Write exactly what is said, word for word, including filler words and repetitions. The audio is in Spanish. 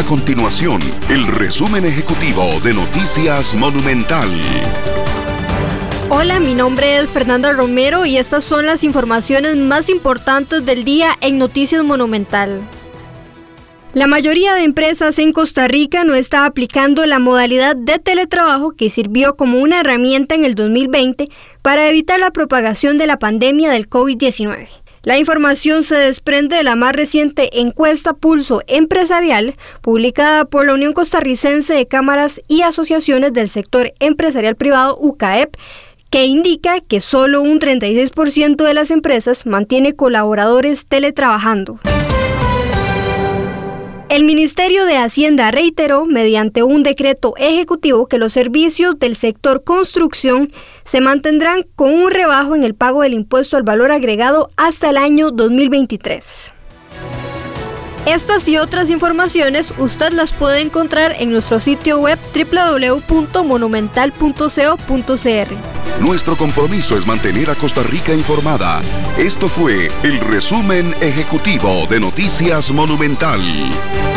continuación el resumen ejecutivo de Noticias Monumental. Hola, mi nombre es Fernanda Romero y estas son las informaciones más importantes del día en Noticias Monumental. La mayoría de empresas en Costa Rica no está aplicando la modalidad de teletrabajo que sirvió como una herramienta en el dos mil veinte para evitar la propagación de la pandemia del COVID diecinueve. La información se desprende de la más reciente encuesta Pulso Empresarial, publicada por la Unión Costarricense de Cámaras y Asociaciones del Sector Empresarial Privado, U C A E P, que indica que solo un treinta y seis por ciento de las empresas mantiene colaboradores teletrabajando. El Ministerio de Hacienda reiteró, mediante un decreto ejecutivo, que los servicios del sector construcción se mantendrán con un rebajo en el pago del impuesto al valor agregado hasta el año dos mil veintitrés. Estas y otras informaciones usted las puede encontrar en nuestro sitio web doble u doble u doble u punto monumental punto co punto c r. Nuestro compromiso es mantener a Costa Rica informada. Esto fue el resumen ejecutivo de Noticias Monumental.